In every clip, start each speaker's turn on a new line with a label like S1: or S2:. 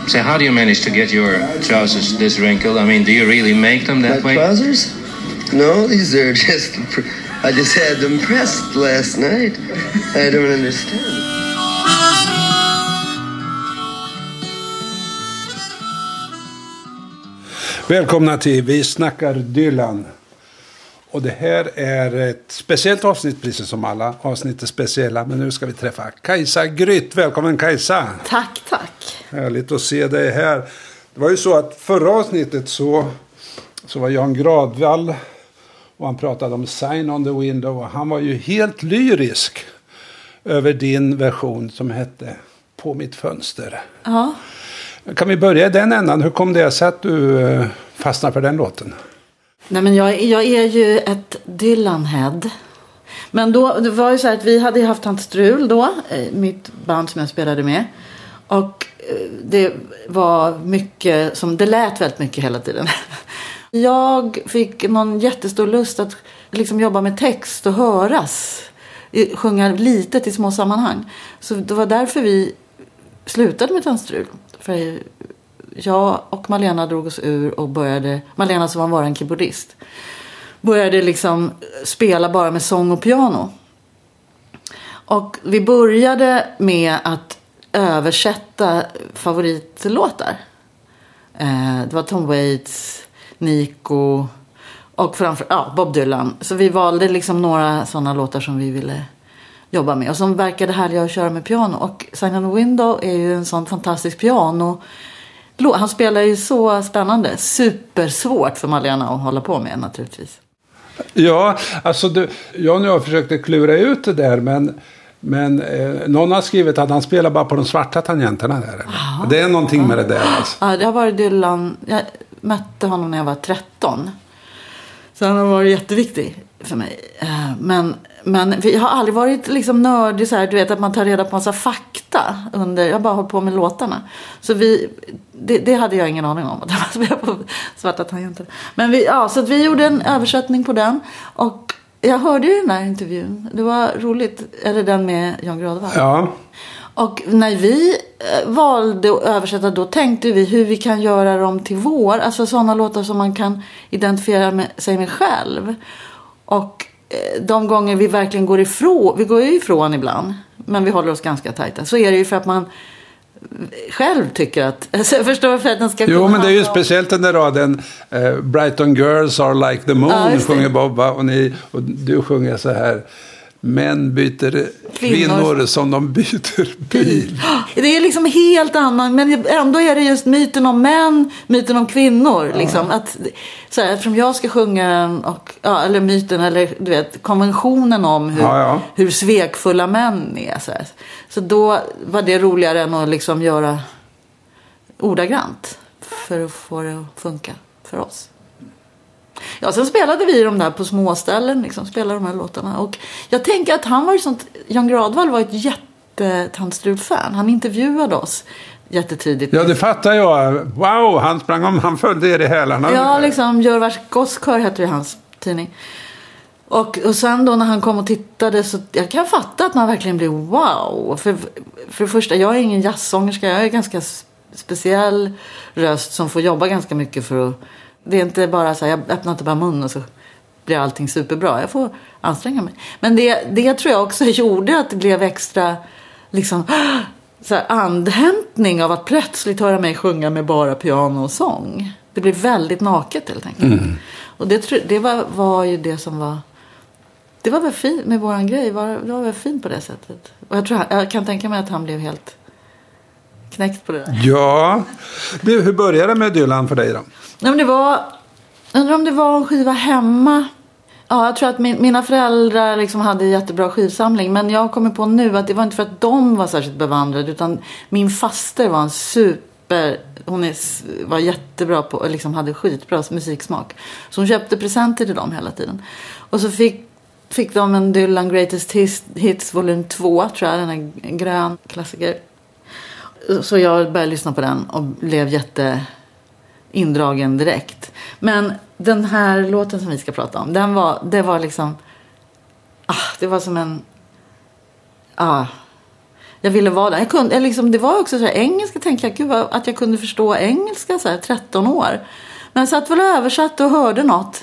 S1: So how do you manage to get your trousers this wrinkled? I mean, do you really make them that way?
S2: My trousers? No, these are just... I just had them pressed last night. I don't understand.
S3: Välkomna till Vi snackar Dylan. Och det här är ett speciellt avsnitt, precis som alla avsnitt är speciella. Men nu ska vi träffa Kajsa Grytt. Välkommen Kajsa.
S4: Tack, tack.
S3: Härligt att se dig här. Det var ju så att förra avsnittet så var Jan Gradvall och han pratade om Sign on the Window. Och han var ju helt lyrisk över din version som hette På mitt fönster.
S4: Ja.
S3: Kan vi börja i den ändan? Hur kom det sig att du fastnade för den låten?
S4: Nej, men jag är ju ett Dylan-head. Men då, det var ju så här att vi hade haft hans strul då, mitt band som jag spelade med. Och det var mycket, det lät väldigt mycket hela tiden. Jag fick någon jättestor lust att liksom jobba med text och höras. Sjunga litet i små sammanhang. Så det var därför vi slutade med tandstrul. För jag och Malena drog oss ur och började, Malena som var en keyboardist, började liksom spela bara med sång och piano. Och vi började med att översätta favoritlåtar. Det var Tom Waits, Nico och Bob Dylan. Så vi valde liksom några sådana låtar som vi ville jobba med. Och som verkade härliga att köra med piano. Och Sign on the Window är ju en sån fantastisk piano. Han spelar ju så spännande. Supersvårt för Malena att hålla på med naturligtvis.
S3: Ja, alltså jag nu har försökt klura ut det där. Men någon har skrivit att han spelar bara på de svarta tangenterna där. Aha, det är någonting med det där. Alltså.
S4: Ja, det har varit Dylan. Jag mötte honom när jag var 13. Så han har varit jätteviktig för mig. Men vi har aldrig varit liksom nördig så här, du vet att man tar reda på massa fakta under, jag bara håller på med låtarna. Så det hade jag ingen aning om att man spelade på svarta tangenter. Men så att vi gjorde en översättning på den och jag hörde ju den här intervjun. Det var roligt, eller den med Jan Gradvall.
S3: Ja.
S4: Och när vi valde att översätta då tänkte vi hur vi kan göra dem till vår. Alltså sådana låtar som man kan identifiera sig med själv. Och de gånger vi verkligen går ifrån, vi går ju ifrån ibland, men vi håller oss ganska tajta. Så är det ju för att man själv tycker att, alltså jag förstår för att den ska kunna.
S3: Jo, men det är ju speciellt den där raden Brighton Girls are like the moon, sjunger Bob, och du sjunger så här: män byter kvinnor som de byter bil.
S4: Det är liksom helt annan, men ändå är det just myten om män, myten om kvinnor. Liksom. Att, så här, eftersom jag ska sjunga, eller myten, eller du vet, konventionen om hur svekfulla män är. Så då var det roligare än att liksom göra ordagrant för att få det att funka för oss. Ja, sen spelade vi de där på småställen, liksom, spelade de här låtarna. Och jag tänker att han var ju sånt, Jan Gradvall var ett jättetandstrul-fan. Han intervjuade oss jättetidigt.
S3: Ja, det fattar jag. Wow, han följde er i hälarna.
S4: Ja, liksom, Görvars Gosskör heter ju hans tidning. Och sen då när han kom och tittade så jag kan fatta att man verkligen blir wow. För det första, jag är ingen jazzsångerska, jag är ganska speciell röst som får jobba ganska mycket för att. Det är inte bara så här, jag öppnar inte bara munnen och så blir allting superbra. Jag får anstränga mig. Men det tror jag också gjorde att det blev extra liksom, så här, andhämtning av att plötsligt höra mig sjunga med bara piano och sång. Det blev väldigt naket helt enkelt. Mm. Och det var ju det som var. Det var väl fint med våran grej. Det var väl fint på det sättet. Och jag kan tänka mig att han blev helt knäckt på det där.
S3: Ja. Hur började det med Dylan för dig då?
S4: Ja, men undrar om det var en skiva hemma. Ja, jag tror att mina föräldrar liksom hade jättebra skivsamling. Men jag kommer på nu att det var inte för att de var särskilt bevandrade. Utan min faster var hon var jättebra på, liksom hade skitbra musiksmak. Så hon köpte presenter till dem hela tiden. Och så fick de en Dylan Greatest Hits volym 2, tror jag. Den här grön klassiker. Så jag började lyssna på den och blev indragen direkt. Men den här låten som vi ska prata om, det var liksom det var som en Jag ville vara där. Jag kunde, liksom, det var också så här, engelska tänkte jag. Gud, att jag kunde förstå engelska så här, 13 år. Men jag satt väl översatt och hörde något.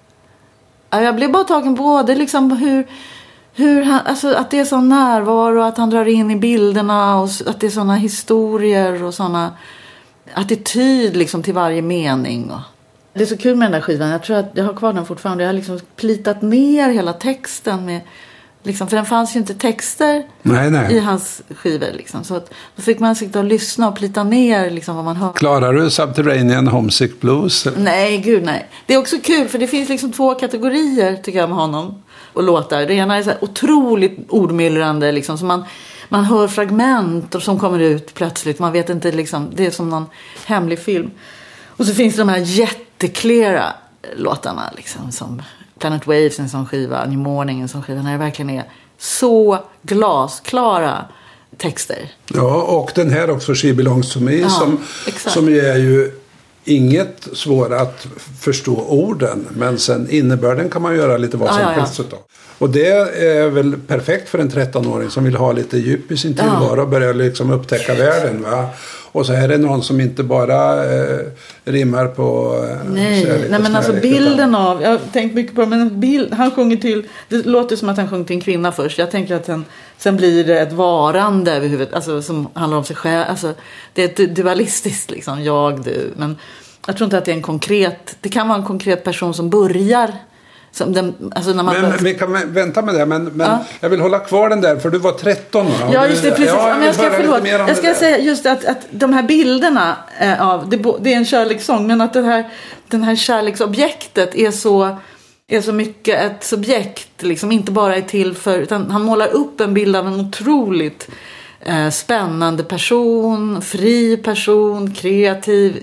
S4: Jag blev bara tagen på det liksom hur han, alltså att det är sån närvaro, att han drar in i bilderna och att det är såna historier och såna attityd liksom till varje mening. Det är så kul med den där skivan. Jag tror att jag har kvar den fortfarande. Jag har liksom plitat ner hela texten med liksom, för den fanns ju inte texter i hans skivor liksom. Så att, då fick man sitta och lyssna och plita ner liksom vad man hör.
S3: Klarar du Subterranean Homesick Blues? Eller?
S4: Nej, gud nej. Det är också kul för det finns liksom 2 kategorier tycker jag med honom och låtar. Det ena är så här otroligt ordmyllrande liksom, så man hör fragment som kommer ut plötsligt. Man vet inte liksom, det är som någon hemlig film. Och så finns det de här jätteklara låtarna liksom, som Planet Waves, en sån skiva, New Morning, en sån skiva, när det verkligen är så glasklara texter.
S3: Ja, och den här också, She Belongs to Me, som är ju inget svårt att förstå orden, men sen innebörden kan man göra lite vad som helst utav. Och det är väl perfekt för en 13-åring som vill ha lite djup i sin tillvaro och börja liksom upptäcka världen, va? Och så är det någon som inte bara rimmar på
S4: nej men alltså bilden av, jag har tänkt mycket på det, men han sjunger till, det låter som att han sjunger till en kvinna först. Jag tänker att sen blir det ett varande över huvudet, alltså som handlar om sig själv, alltså det är ett dualistiskt liksom, jag, du, men jag tror inte att det är en konkret, det kan vara en konkret person som börjar som den, alltså när man
S3: vi kan vänta med det, men jag vill hålla kvar den där, för du var 13 va?
S4: Ja, just det, precis. Men jag ska säga just att de här bilderna av det är en kärlekssång, men att den här kärleksobjektet är så mycket ett subjekt liksom, inte bara är till för, utan han målar upp en bild av en otroligt spännande person, fri person, kreativ,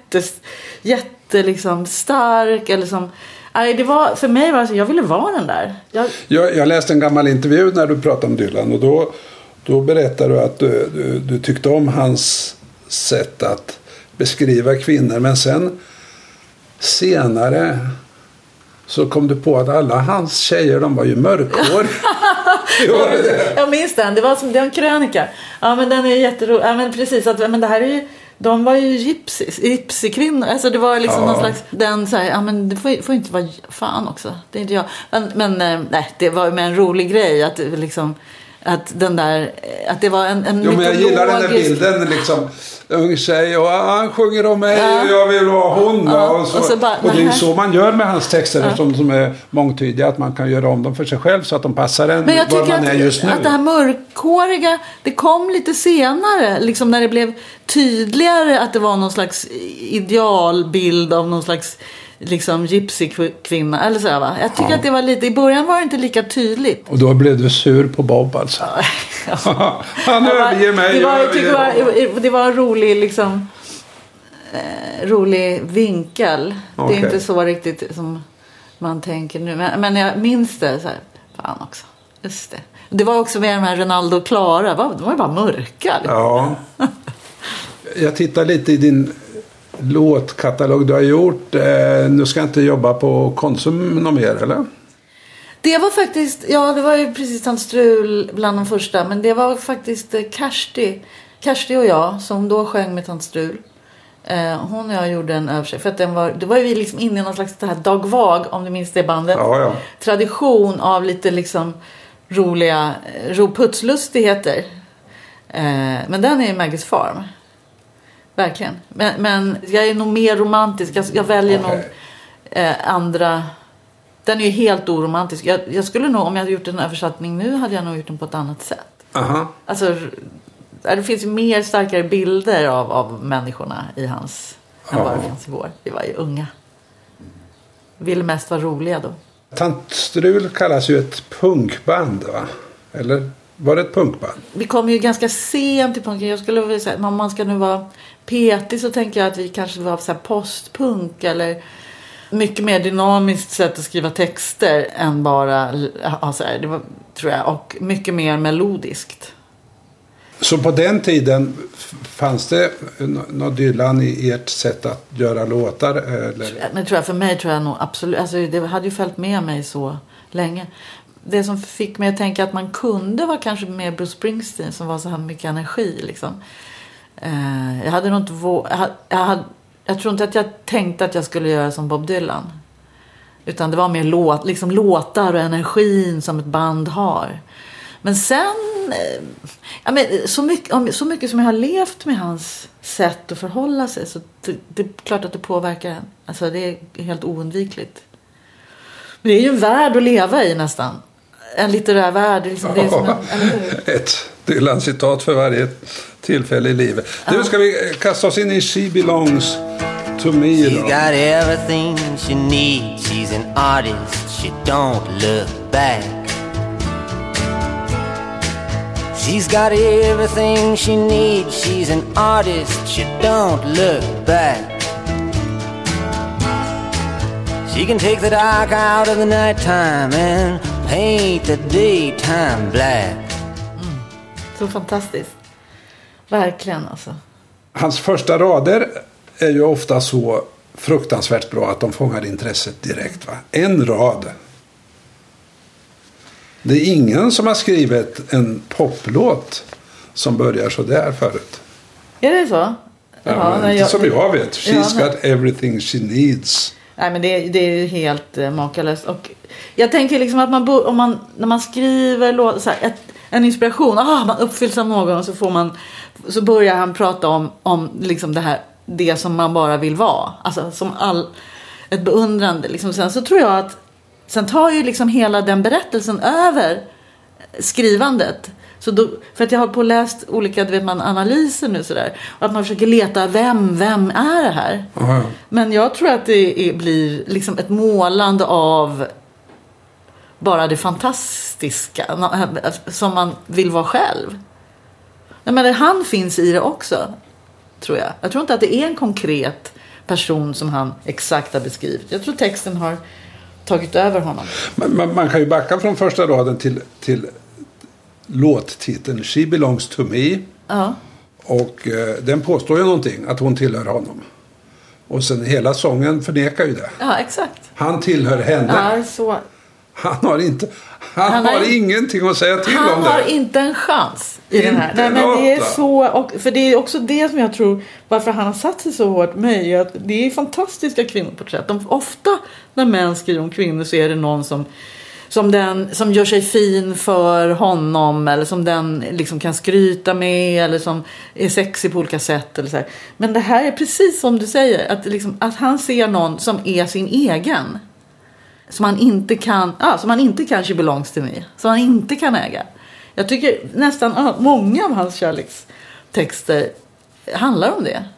S4: jätte liksom stark, eller som det var, för mig var det så, jag ville vara den där.
S3: Jag läste en gammal intervju när du pratade om Dylan, och då berättade du att du tyckte om hans sätt att beskriva kvinnor, men sen senare så kom du på att alla hans tjejer, de var ju mörkhår.
S4: Jag minns den, det var en krönika. Ja, men den är jätterolig. Ja, men precis, men det här är ju, de var ju gypsykvinnor. Alltså det var liksom någon slags, den så här, ja men det får inte vara fan också. Det är inte jag. Men nej, det var med en rolig grej att liksom, att den där, att det var en
S3: jo, men jag gillar den där bilden liksom, ung tjej och han sjunger om mig och jag vill vara hon och det är ju så man gör med hans texter som är mångtydiga, att man kan göra om dem för sig själv så att de passar en var man är just nu.
S4: Men jag tycker att det här mörkhåriga, det kom lite senare liksom, när det blev tydligare att det var någon slags idealbild av någon slags liksom gypsykvinna eller så här, va? Jag tycker att det var lite, i början var det inte lika tydligt.
S3: Och då blev du sur på Bob alltså. Han överger mig.
S4: Det var en rolig liksom rolig vinkel. Okay. Det är inte så riktigt som man tänker nu, men jag minns det så här, fan också. Just det. Det var också med de här Ronaldo och Clara, de var ju bara mörka.
S3: Ja. Jag tittar lite i din låtkatalog du har gjort. Nu ska jag inte jobba på Konsum någon mer, eller?
S4: Det var faktiskt, det var ju precis Tant Strul bland de första, men det var faktiskt Kersti och jag som då sjöng med Tant Strul. Hon och jag gjorde en översättning, för att det var ju vi liksom inne i någon slags det här Dag Vag, om du minns det bandet.
S3: Ja. Tradition
S4: av lite liksom roliga putslustigheter. Men den är ju Maggie's Farm. Verkligen. Men jag är nog mer romantisk. Jag väljer nog andra. Den är ju helt oromantisk. Jag skulle nog, om jag hade gjort en översättning nu, hade jag nog gjort den på ett annat sätt. Alltså, det finns ju mer starkare bilder av människorna i hans än vad det finns i vår. Vi var ju unga. Ville mest vara roliga då.
S3: Tant Strul kallas ju ett punkband, va? Eller var det ett punkband?
S4: Vi kom ju ganska sent i punken. Jag skulle vilja säga, om man ska nu vara petig, så tänker jag att vi kanske var så här postpunk eller mycket mer dynamiskt sätt att skriva texter än bara, alltså, det var, tror jag, och mycket mer melodiskt.
S3: Så på den tiden fanns det något Dylan i ert sätt att göra låtar? Eller?
S4: Men för mig tror jag nog absolut, alltså det hade ju följt med mig så länge. det som fick mig att tänka att man kunde vara kanske mer Bruce Springsteen som var så här mycket energi liksom. Jag hade nog inte jag tror inte att jag tänkte att jag skulle göra som Bob Dylan. Utan det var mer låtar och energin som ett band har. Men sen så mycket som jag har levt med hans sätt att förhålla sig, så det är klart att det påverkar en. Alltså det är helt oundvikligt. Men det är ju en värld att leva i nästan. En litterär värld. Liksom, det är som
S3: ett Dylan-citat för varje tillfälle i livet. Nu ska vi kasta oss in i She Belongs to Me.
S5: She's got everything she needs. She's an artist. She don't look back. She's got everything she needs. She's an artist. She don't look back. She can take the dark out of the nighttime and paint the daytime black.
S4: Så fantastiskt. Verkligen alltså.
S3: Hans första rader är ju ofta så fruktansvärt bra att de fångar intresset direkt. Va? En rad. Det är ingen som har skrivit en poplåt som börjar så där förut.
S4: Är det så?
S3: Ja, inte som jag vet. She's got everything she needs.
S4: Nej, men det är ju helt makalöst. Och jag tänker liksom att när man skriver så här, en inspiration, man uppfylls av någon, och så börjar han prata om liksom det som man bara vill vara. Alltså som ett beundrande liksom. Sen så tror jag att sen tar ju liksom hela den berättelsen över skrivandet. Så då, för att jag har läst olika analyser nu sådär, och att man försöker leta vem är det här.
S3: Aha. Men
S4: jag tror att det blir liksom ett målande av bara det fantastiska som man vill vara själv. Men han finns i det också, tror jag. Jag tror inte att det är en konkret person som han exakt har beskrivit. Jag tror texten har tagit över honom.
S3: Man kan ju backa från första raden till låttiteln She Belongs to Me.
S4: Ja. Och
S3: den påstår ju någonting, att hon tillhör honom. Och sen hela sången förnekar ju det.
S4: Ja, exakt.
S3: Han tillhör henne.
S4: Ja, så.
S3: Han har ingenting att säga till om det.
S4: Han har inte en chans i den här. Nej, men det är så, för det är också det som jag tror varför han har satt sig så hårt med, att det är fantastiska kvinnoporträtt. Ofta när män skriver om kvinnor så är det någon som gör sig fin för honom, eller som den liksom kan skryta med, eller som är sexig på olika sätt eller så här. Men det här är precis som du säger, att han ser någon som är sin egen. Som han inte kan She Belongs to Me, som han inte kan äga. Jag tycker nästan många av hans kärlekstexter handlar om det.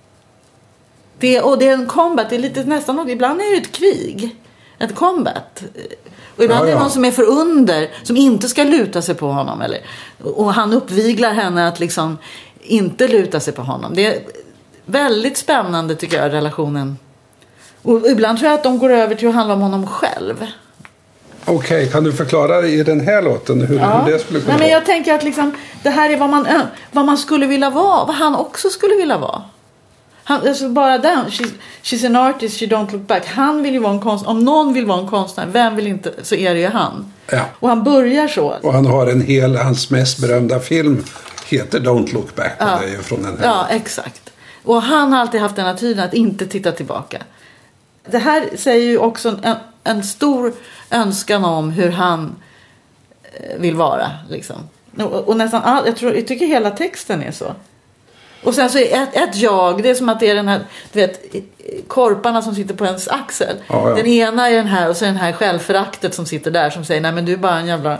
S4: Det är en combat, det är lite nästan, ibland är det ett krig, ett combat. Och ibland är det någon som är för under, som inte ska luta sig på honom, och han uppviglar henne att liksom inte luta sig på honom. Det är väldigt spännande, tycker jag, relationen. Och ibland tror jag att de går över till att handla om honom själv.
S3: Okej, kan du förklara i den här låten hur det skulle kunna vara?
S4: Men jag tänker att liksom, det här är vad man skulle vilja vara, vad han också skulle vilja vara. Alltså bara den, she's an artist, she don't look back. Han vill ju vara en konstnär. Om någon vill vara en konstnär, vem vill inte, så är det ju han.
S3: Ja.
S4: Och han börjar så.
S3: Och han har hans mest berömda film heter Don't Look Back.
S4: Ja.
S3: Det är ju från den här.
S4: Ja, exakt. Och han har alltid haft den här tiden att inte titta tillbaka. Det här säger ju också en stor önskan om hur han vill vara liksom. Och nästan jag tycker hela texten är så. Och sen så är ett jag, det är som att det är den här, du vet, korparna som sitter på ens axel.
S3: Ja, ja.
S4: Den ena är den här, och så den här självföraktet som sitter där, som säger, nej men du är bara en jävla,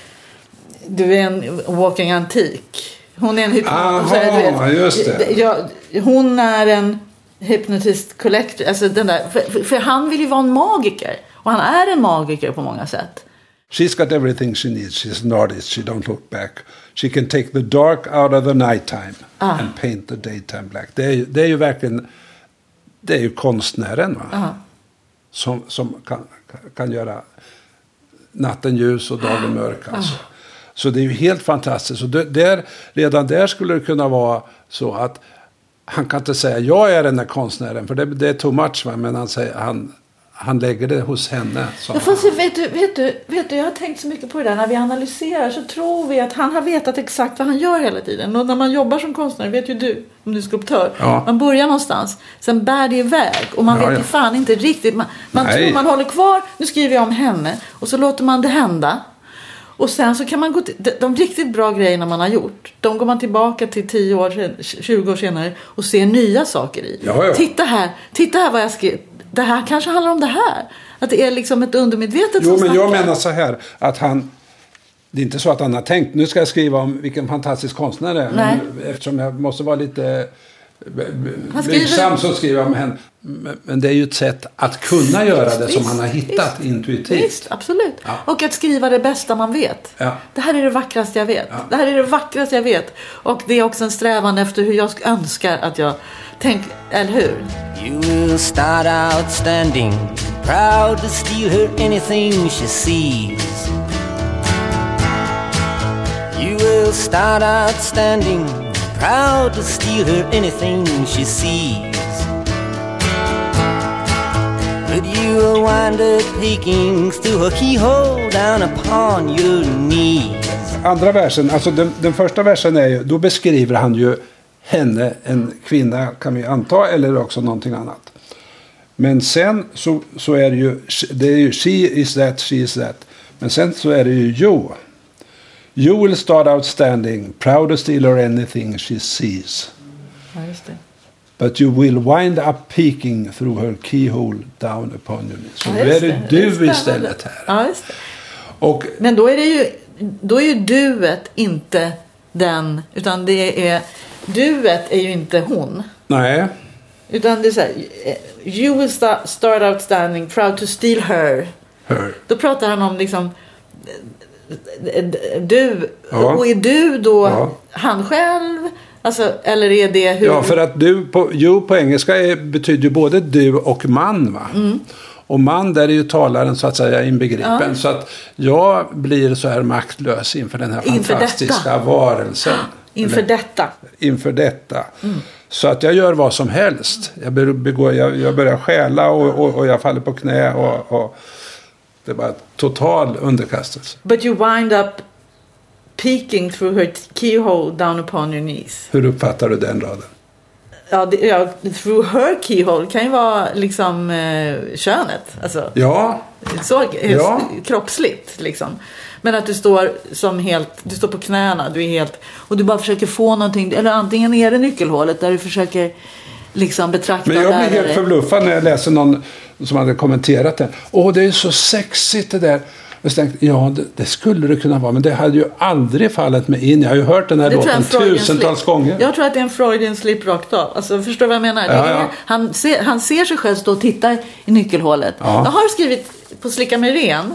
S4: du är en walking antik. Hon är en hon är en hypnotist collector, alltså den där, för han vill ju vara en magiker, och han är en magiker på många sätt.
S3: She's got everything she needs. She's an artist. She don't look back. She can take the dark out of the nighttime and paint the daytime black. Det är ju verkligen, det är ju konstnären, va? Som kan göra natten ljus och dagen mörk. Alltså. Så det är ju helt fantastiskt. Och redan där skulle det kunna vara så att han kan inte säga jag är den där konstnären, för det är too much, va? Men han säger han lägger det hos henne.
S4: Ja, fast vet du, jag har tänkt så mycket på det där. När vi analyserar så tror vi att han har vetat exakt vad han gör hela tiden. Och när man jobbar som konstnär, vet ju du, om du är skulptör. Ja. Man börjar någonstans, sen bär det iväg. Och man vet ju fan inte riktigt. Man tror man håller kvar, nu skriver jag om henne. Och så låter man det hända. Och sen så kan man gå till de riktigt bra grejerna man har gjort. De går man tillbaka till 10 år, 20 år senare och ser nya saker i.
S3: Ja.
S4: Titta här vad jag skrev. Det här kanske handlar om det här. Att det är liksom ett undermedvetet
S3: som snackar. Jag menar så här att det är inte så att han har tänkt, nu ska jag skriva om vilken fantastisk konstnär det är. Men eftersom jag måste vara lite blygsam så skriver jag om henne. Men det är ju ett sätt att kunna göra det som han har hittat intuitivt.
S4: Visst, absolut. Ja. Och att skriva det bästa man vet.
S3: Ja.
S4: Det här är det vackraste jag vet. Ja. Det här är det vackraste jag vet. Och det är också en strävan efter hur jag önskar att jag tänker, eller hur?
S5: You will start out standing, proud to steal her anything she sees. You will start out standing, proud to steal her anything she sees. But you will wind up peeking through her keyhole down upon your knees.
S3: Andra versen, alltså den första versen är ju, då beskriver han ju henne, en kvinna kan vi anta, eller också någonting annat. Men sen så är det är ju she is that. Men sen så är det ju you will start out standing, proud to steal her anything she sees.
S4: Ja, just det.
S3: But you will wind up peeking through her keyhole down upon your knees. Så är det du istället här.
S4: Ja, just det. Men då är ju duet inte den, utan duet är ju inte hon.
S3: Nej.
S4: Utan det är så här, you will start out standing, proud to steal her. Då pratar han om liksom du, och är du då han själv? Alltså, eller är det hur?
S3: Ja, för att you på engelska betyder ju både du och man, va? Mm. Och man, där är ju talaren så att säga inbegripen. Ja. Så att jag blir så här maktlös inför den här fantastiska varelsen. Inför detta. Mm. Så att jag gör vad som helst. Jag börjar stjäla och jag faller på knä och det är bara total underkastelse.
S4: But you wind up peeking through her keyhole down upon your knees.
S3: Hur uppfattar du den raden?
S4: Ja, through her keyhole kan ju vara liksom könet. Alltså, så kroppsligt liksom. Men att du står på knäna, du är helt, och du bara försöker få någonting, eller antingen är det nyckelhålet där du försöker liksom betrakta.
S3: Men jag blir helt förbluffad när jag läser någon som hade kommenterat det. Det är så sexigt det där. Jag tänkte, det skulle det kunna vara, men det hade ju aldrig fallit mig in. Jag har ju hört den här låten tusentals gånger.
S4: Jag tror att det är en Freudian slip rakt av. Alltså, förstår du vad jag menar? Ja. Han ser sig själv stå och titta i nyckelhålet. Ja. Jag har skrivit på Slicka mig ren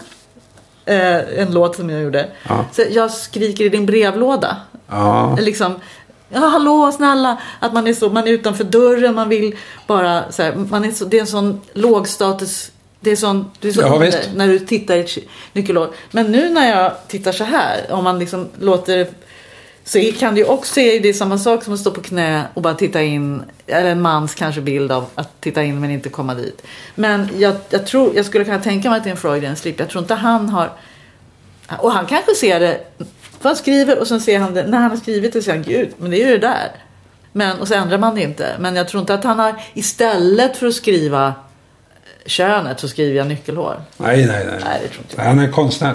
S4: en låt som jag gjorde. Ja. Så jag skriker i din brevlåda. Ja. Liksom, hallå snälla, att man är utanför dörren, man vill bara så här, det är en sån lågstatus. Du är så under när du tittar i ett nyckelhål. Men nu när jag tittar så här, om man liksom låter, så kan det ju också se, det är samma sak som att stå på knä och bara titta in, eller en mans kanske bild av att titta in men inte komma dit. Men jag skulle kunna tänka mig att det är en Freudian slip. Jag tror inte han har, och han kanske ser det, för han skriver och sen ser han det, när han har skrivit det, så säger han, gud, men det är ju det där. Och så ändrar man det inte. Men jag tror inte att han har, istället för att skriva könet, så skriver jag nyckelhår.
S3: Nej, det tror inte jag. Han är konstnär.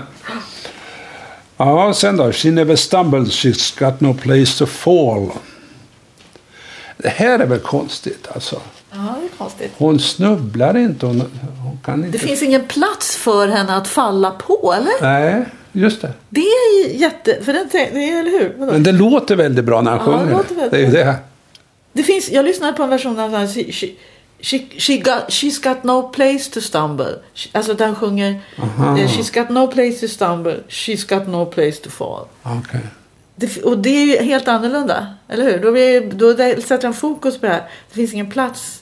S3: Ja, sen då. She never stumbles, she's got no place to fall. Det här är väl konstigt, alltså.
S4: Ja, det är konstigt.
S3: Hon snubblar inte, hon kan inte.
S4: Det finns ingen plats för henne att falla på, eller?
S3: Nej, just det.
S4: Det är för det är, eller hur?
S3: Men det låter väldigt bra när han sjunger. Det är ju det.
S4: Det finns, jag lyssnade på en version av den här, she's got no place to stumble. Alltså den sjunger she's got no place to stumble, she's got no place to fall.
S3: Okay.
S4: Och det är ju helt annorlunda, eller hur? Då sätter han fokus på det här. Det finns ingen plats.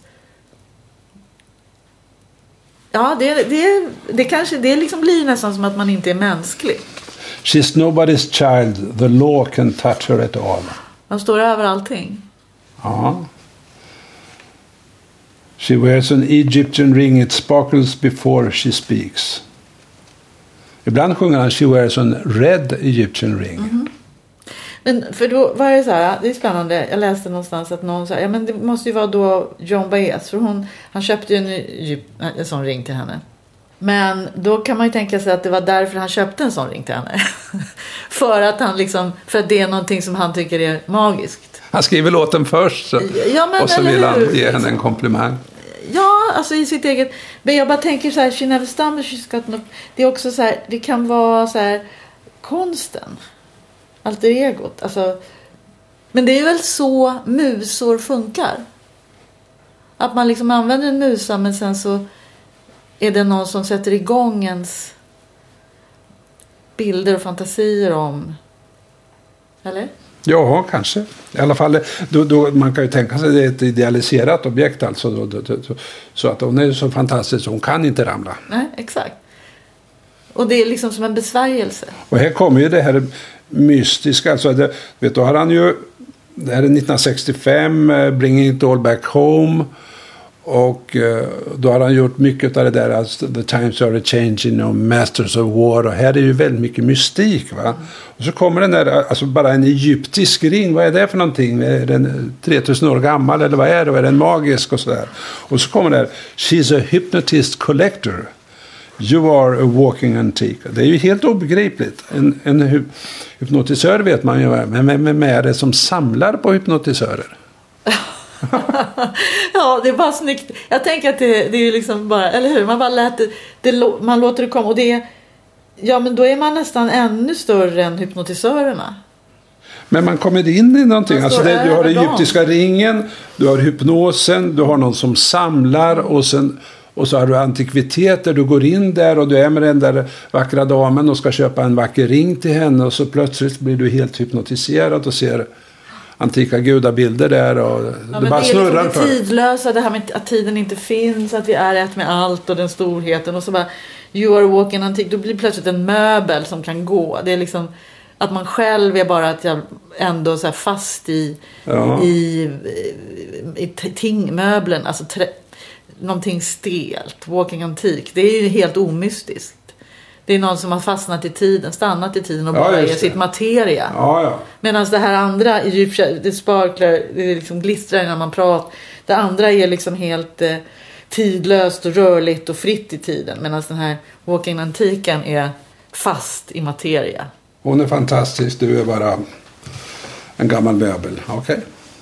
S4: Ja, det kanske det liksom blir nästan som att man inte är mänsklig.
S3: She's nobody's child, the law can touch her at all.
S4: Han står över allting.
S3: Ja. She wears an Egyptian ring, it sparkles before she speaks. Ibland sjunger han She wears an red Egyptian ring.
S4: Mm-hmm. Men för då var det så här, det är spännande. Jag läste någonstans att någon sa, ja men det måste ju vara då Joan Baez, för han köpte ju en sån ring till henne. Men då kan man ju tänka sig att det var därför han köpte en sån ring till henne. för att det är någonting som han tycker är magiskt.
S3: Han skriver låten först och så vill han ge henne en komplimang.
S4: Ja, alltså i sitt eget. Men jag bara tänker så här, she never stumbles, she's got no. Det är också så här, det kan vara så här konsten. Alter egot. Alltså, men det är väl så musor funkar. Att man liksom använder en musa, men sen så är det någon som sätter igång ens bilder och fantasier om. Eller?
S3: Ja, kanske. I alla fall, då, man kan ju tänka sig att det är ett idealiserat objekt alltså. Så att hon är så fantastisk, hon kan inte ramla.
S4: Nej, exakt. Och det är liksom som en besvärjelse.
S3: Och här kommer ju det här mystiska. Alltså då har han ju, det här är 1965, Bringing It All Back Home. Och då har han gjort mycket av det där, alltså, The Times Are Changing och Masters of War. Och här är ju väldigt mycket mystik, va? Och så kommer den där, alltså bara en egyptisk ring. Vad är det för någonting? Är den 3000 år gammal eller vad är det? Är den magisk och sådär? Och så kommer det här, She's a hypnotist collector. You are a walking antique. Det är ju helt obegripligt. En hypnotisör vet man ju, men vem är det som samlar på hypnotisörer?
S4: Ja, det är bara snyggt. Jag tänker att det är ju liksom bara, eller hur? Man bara man låter det komma. Och det är, ja, men då är man nästan ännu större än hypnotisörerna. Men
S3: man kommer in i någonting. Alltså du har egyptiska ringen, du har hypnosen, du har någon som samlar och så har du antikviteter. Du går in där och du är med den där vackra damen och ska köpa en vacker ring till henne. Och så plötsligt blir du helt hypnotiserad och ser antika gudabilder där. Och det bara snurrar
S4: liksom det tidlösa, det här med att tiden inte finns, att vi är ett med allt och den storheten. Och så bara, you are walking antik. Då blir plötsligt en möbel som kan gå. Det är liksom att man själv är bara att jag ändå så här fast i möblen. Alltså någonting stelt, walking antik. Det är ju helt omystiskt. Det är någon som har fastnat i tiden, stannat i tiden och bara är sitt materia.
S3: Ja.
S4: Medan det här andra i djup, det sparklar, det liksom glistrar när man pratar. Det andra är liksom helt tidlöst och rörligt och fritt i tiden. Medan den här walking antiken är fast i materia.
S3: Hon är fantastisk, du är bara en gammal möbel. Okej.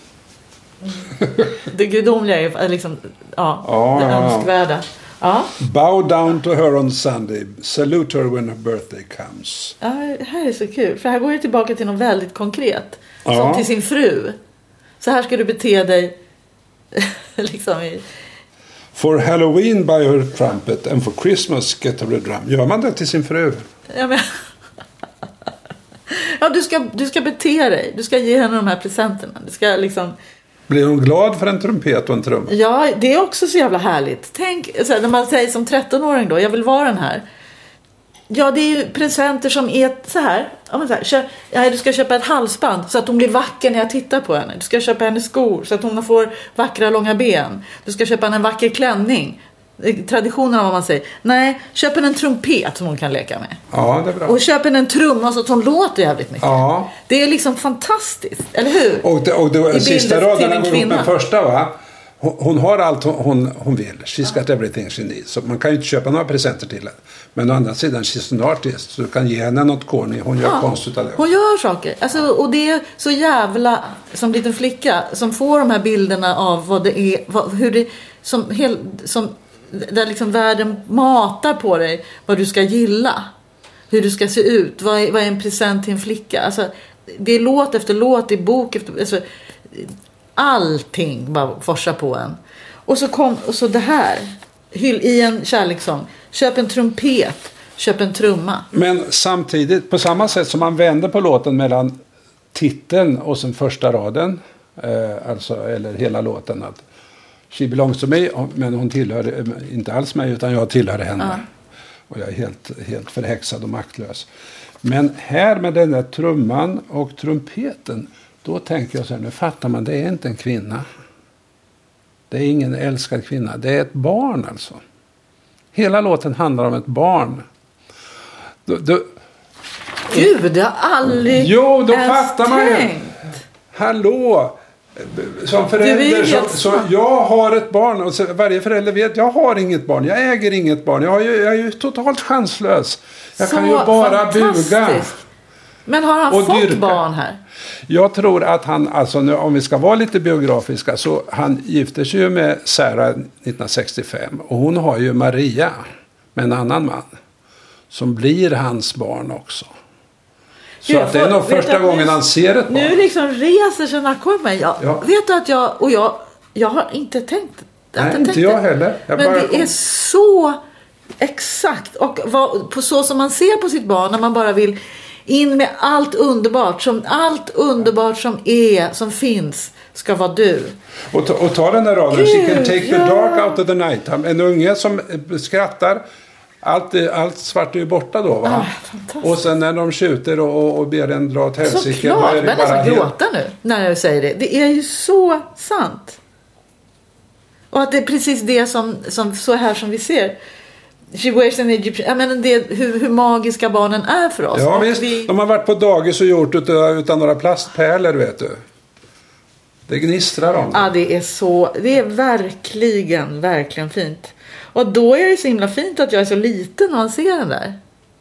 S4: Det gudomliga är liksom, det önskvärda. Ja.
S3: Bow down to her on Sunday. Salute her when her birthday comes.
S4: Ja, det här är så kul. För här går det tillbaka till något väldigt konkret. Som till sin fru. Så här ska du bete dig. liksom
S3: For Halloween buy her trumpet and for Christmas get her a drum. Gör man det till sin fru?
S4: Ja, men du ska bete dig. Du ska ge henne de här presenterna. Du ska liksom...
S3: Blir hon glad för en trumpet och en trumma?
S4: Ja, det är också så jävla härligt. Tänk, så här, när man säger som 13-åring då, jag vill vara den här. Ja, det är ju presenter som är så här. Ja, men så här, du ska köpa ett halsband så att hon blir vacker när jag tittar på henne. Du ska köpa henne skor så att hon får vackra långa ben. Du ska köpa henne en vacker klänning. Traditionen av vad man säger. Nej, köp en trumpet som hon kan leka med.
S3: Ja, det är bra.
S4: Och köp en trumma så att hon låter jävligt mycket.
S3: Ja.
S4: Det är liksom fantastiskt, eller hur?
S3: Och det sista raden går ihop med första, va? Hon har allt hon vill. She's got everything she needs. Så man kan ju inte köpa några presenter till henne. Men å andra sidan, she's an artist. Så du kan ge henne något corny. Hon gör konst utav det.
S4: Hon gör saker. Alltså, och det är så jävla, som liten flicka som får de här bilderna av vad det är, hur det, som där liksom världen matar på dig vad du ska gilla, hur du ska se ut, vad är en present till en flicka. Alltså, det är låt efter låt, i bok efter, alltså, allting bara forsar på en. Och så det här i en kärlekssång, köp en trumpet, köp en trumma. Men
S3: samtidigt, på samma sätt som man vänder på låten mellan titeln och sen första raden, alltså, eller hela låten, att She belongs to me, men hon tillhör inte alls mig utan jag tillhör henne. Ja. Och jag är helt förhäxad och maktlös. Men här med den där trumman och trumpeten, då tänker jag så här, nu fattar man, det är inte en kvinna. Det är ingen älskad kvinna. Det är ett barn alltså. Hela låten handlar om ett barn.
S4: Gud, jag har aldrig
S3: Jo, då fattar man ju. Hallå! Som förälder så jag har ett barn och så varje förälder vet jag har inget barn. Jag äger inget barn. Jag är ju totalt chanslös. Jag kan ju bara buga.
S4: Men har han fått barn här?
S3: Jag tror att han, alltså nu, om vi ska vara lite biografiska, så han gifter sig ju med Sarah 1965 och hon har ju Maria med en annan man som blir hans barn också. Så att det är nog första gången han ser ett barn.
S4: Nu liksom reser sig nackor på mig. Vet du att jag har inte tänkt.
S3: Nej, inte jag heller.
S4: Men det är så exakt. Och på så som man ser på sitt barn när man bara vill in med allt underbart som finns ska vara du.
S3: Och ta den där raden. She can take the dark out of the night. En unge som skrattar. Allt svart är ju borta då, va? Och sen när de skjuter och ber en dra åt helsike.
S4: Såklart, men jag ska gråta nu när jag säger det. Det är ju så sant. Och att det är precis det som så här som vi ser. She wears an Egyptian. Jag menar det, hur magiska barnen är för oss.
S3: Ja, visst. De har varit på dagis och gjort utan några plastpärlor, vet du. Det gnistrar om.
S4: Ja, det är verkligen fint. Och då är det så himla fint att jag är så liten när man ser den där.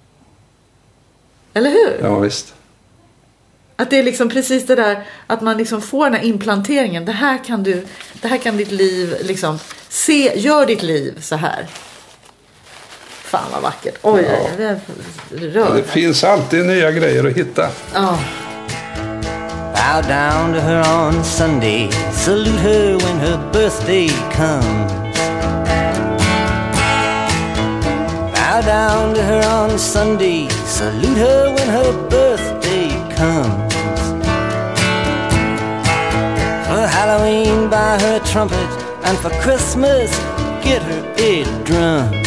S4: Eller hur?
S3: Ja, visst.
S4: Att det är liksom precis det där att man liksom får den här implanteringen. Det här kan ditt liv liksom gör ditt liv så här. Fan vad vackert. Oj,
S3: det finns alltid nya grejer att hitta.
S4: Ja.
S5: Bow down to her on Sunday, salute her when her birthday comes. Bow down to her on Sunday, salute her when her birthday comes. For Halloween buy her a trumpet, and for Christmas get her a drum.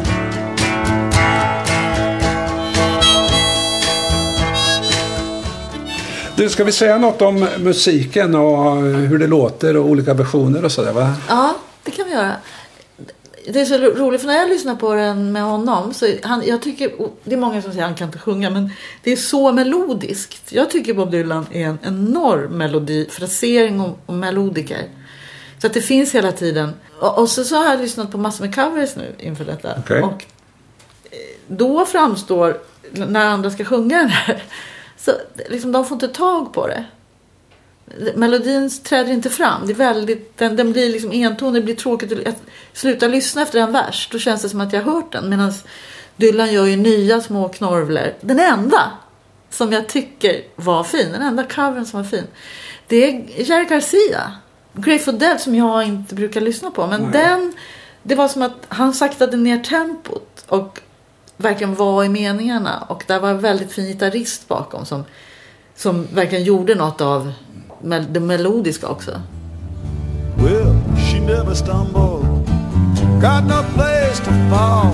S3: Du, ska vi säga något om musiken och hur det låter och olika versioner och sådär, va?
S4: Ja, det kan vi göra. Det är så roligt, för när jag lyssnar på den med honom så jag tycker, det är många som säger att han kan inte sjunga, men det är så melodiskt. Jag tycker Bob Dylan är en enorm melodi, frasering och melodiker. Så att det finns hela tiden. Och så har jag lyssnat på massor med covers nu inför detta.
S3: Okay.
S4: Och då framstår, när andra ska sjunga den här, så liksom, de får inte tag på det. Melodin träder inte fram. Det är väldigt, den blir liksom entonig. Det blir tråkigt att sluta lyssna efter en vers. Då känns det som att jag har hört den. Medan Dylan gör ju nya små knorvler. Den enda som jag tycker var fin, den enda covern som var fin, det är Jerry Garcia, Grateful Dead, som jag inte brukar lyssna på. Men det var som att han saktade ner tempot och verkligen var i meningarna. Och där var en väldigt fin gitarrist bakom som verkligen gjorde något av det melodiska också.
S6: Well, she never stumbled, got no place to fall.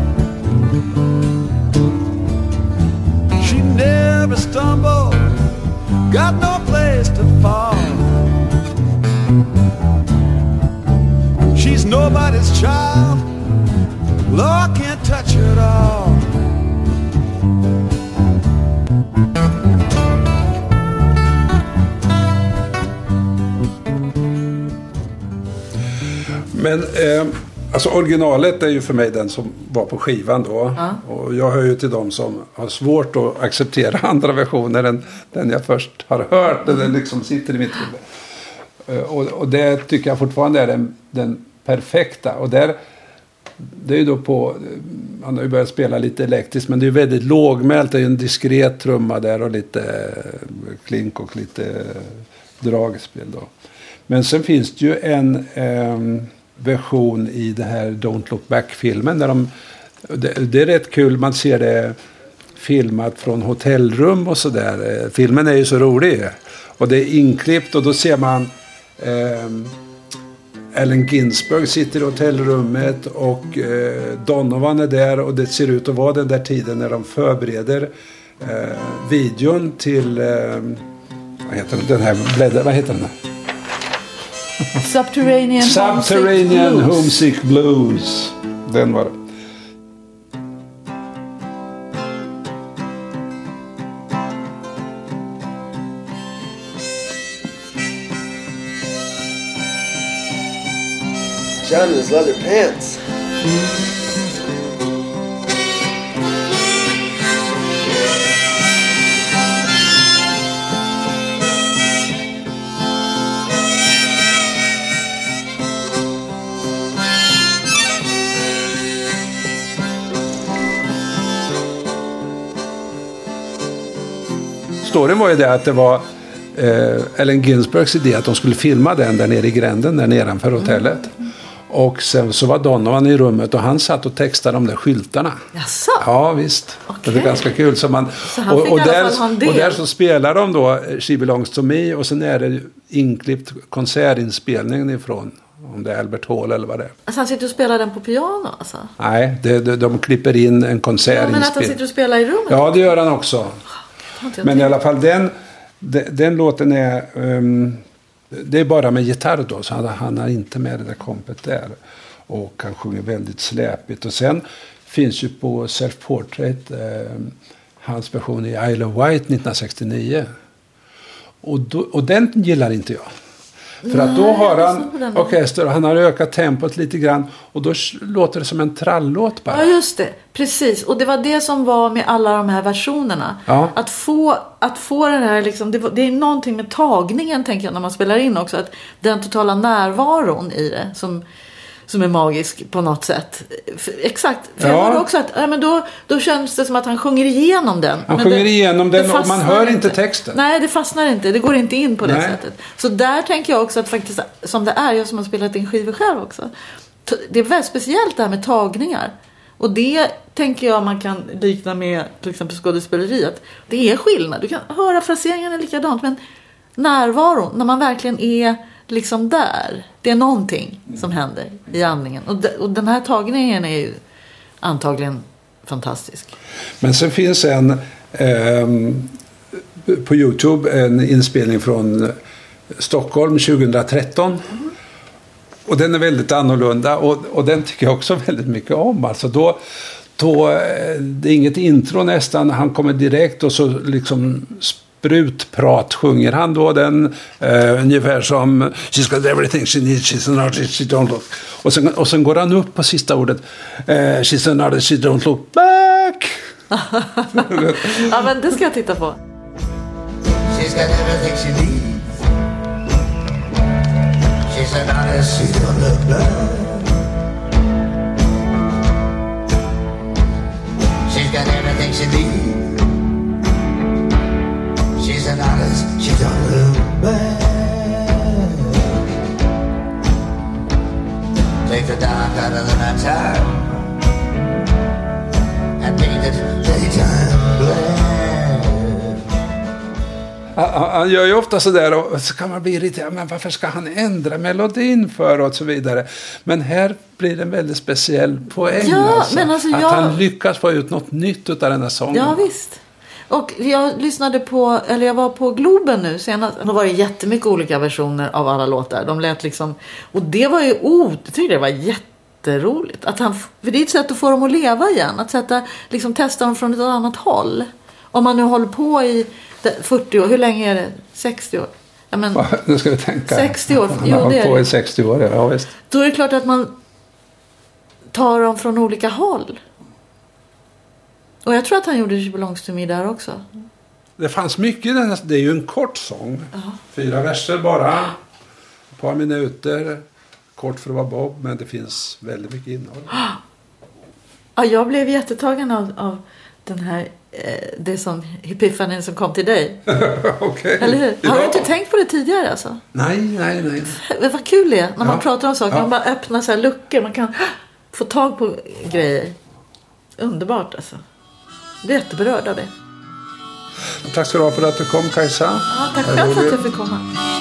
S6: She never stumbled, got no place to fall. She's nobody's child, Lord can't touch her at all.
S3: Men alltså originalet är ju för mig den som var på skivan då. Och jag hör ju till dem som har svårt att acceptera andra versioner än den jag först har hört. Den liksom sitter i mitt huvud. Och det tycker jag fortfarande är den perfekta. Och det är ju då på, han har ju börjat spela lite elektriskt, men det är ju väldigt lågmält. Det är ju en diskret trumma där och lite klink och lite dragspel då. Men sen finns det ju en version i det här Don't Look Back-filmen där det är rätt kul, man ser det filmat från hotellrum och sådär. Filmen är ju så rolig och det är inklippt och då ser man Allen Ginsberg sitter i hotellrummet och Donovan är där och det ser ut att vara den där tiden när de förbereder videon till vad heter den här? Subterranean Homesick Blues. Den var det.
S2: John in his leather pants.
S3: Storyn var ju det att det var Allen Ginsbergs idé att de skulle filma den där nere i gränden, där nedanför hotellet. Och sen så var Donovan i rummet och han satt och textade de där skyltarna.
S4: Jaså?
S3: Ja, visst.
S4: Okay.
S3: Det är ganska kul. Så han fick och där så spelar de då She Belongs to Me och sen är det inklippt konsertinspelningen ifrån, om det är Albert Hall eller vad det är.
S4: Alltså han sitter och spelar den på piano alltså?
S3: Nej, de klipper in en konsertinspelning.
S4: Ja, men att han sitter och spelar i rummet?
S3: Ja, det gör han också. Men i alla fall den låten är det är bara med gitarr då, så han har inte med det där kompet där, och han sjunger väldigt släpigt. Och sen finns ju på Self Portrait hans version i Isle of Wight 1969, och den gillar inte jag. För att då har han orkester och han har ökat tempot lite grann och då låter det som en trallåt bara.
S4: Ja, just det. Precis. Och det var det som var med alla de här versionerna.
S3: Ja.
S4: Att få den här liksom, det är någonting med tagningen, tänker jag, när man spelar in också, att den totala närvaron i det som är magisk på något sätt. Exakt. För jag hörde också att men då känns det som att han sjunger igenom den.
S3: Han sjunger igenom den och man hör inte texten.
S4: Nej, det fastnar inte. Det går inte in på det sättet. Så där tänker jag också att faktiskt, som det är, jag som har spelat in skivor själv också, det är väldigt speciellt det här med tagningar. Och det tänker jag man kan likna med till exempel skådespeleriet. Det är skillnad. Du kan höra fraseringarna likadant, men närvaron, när man verkligen är liksom där. Det är någonting som händer i andningen. Och den här tagningen är ju antagligen fantastisk.
S3: Men sen finns på YouTube en inspelning från Stockholm 2013. Och den är väldigt annorlunda. Och den tycker jag också väldigt mycket om. Alltså då det är inget intro nästan. Han kommer direkt och så liksom sprutprat sjunger han då den ungefär som she's got everything she needs, she's an artist, she don't look, och sen går han upp på sista ordet, she's an artist, she don't look back.
S4: Ja, men det ska jag titta på.
S7: She's got everything she needs, she's an artist, she don't look back. She's got everything she needs, she's an artist, she don't look back. Take the dark out of the night time and paint it daytime black.
S3: Han gör ju ofta sådär, och så kan man bli irriterad, men varför ska han ändra melodin för och så vidare. Men här blir det en väldigt speciell poäng.
S4: Ja, men alltså
S3: att han lyckas få ut något nytt av den här sången.
S4: Ja, visst. Och jag var på Globen nu senast. Då var det jättemycket olika versioner av alla låtar. De lät liksom, och det var ju jag tycker det var jätteroligt att för det är ett sätt att få dem att leva igen, att testa dem från ett annat håll. Om man nu håller på i 40 år, hur länge är det? 60 år. Ja, men
S3: nu ska vi tänka.
S4: 60 år.
S3: Man har på i 60 år, ja visst.
S4: Då är det klart att man tar dem från olika håll. Och jag tror att han gjorde She Belongs to Me där också. Det
S3: fanns mycket i den här, det är ju en kort sång. 4 verser bara. Ett par minuter. Kort för att vara Bob, men det finns väldigt mycket innehåll.
S4: Ja, jag blev jättetagen av den här, det som Epifanin som kom till dig.
S3: Okay.
S4: Eller hur? Har du inte tänkt på det tidigare alltså?
S3: Nej.
S4: Vad kul det är när man pratar om saker. Man bara öppnar så här luckor. Man kan få tag på grejer. Underbart alltså. Jag är jätteberörd av det.
S3: Tack så du ha för att du kom, Kajsa.
S4: Ja, tack själv för att jag fick komma.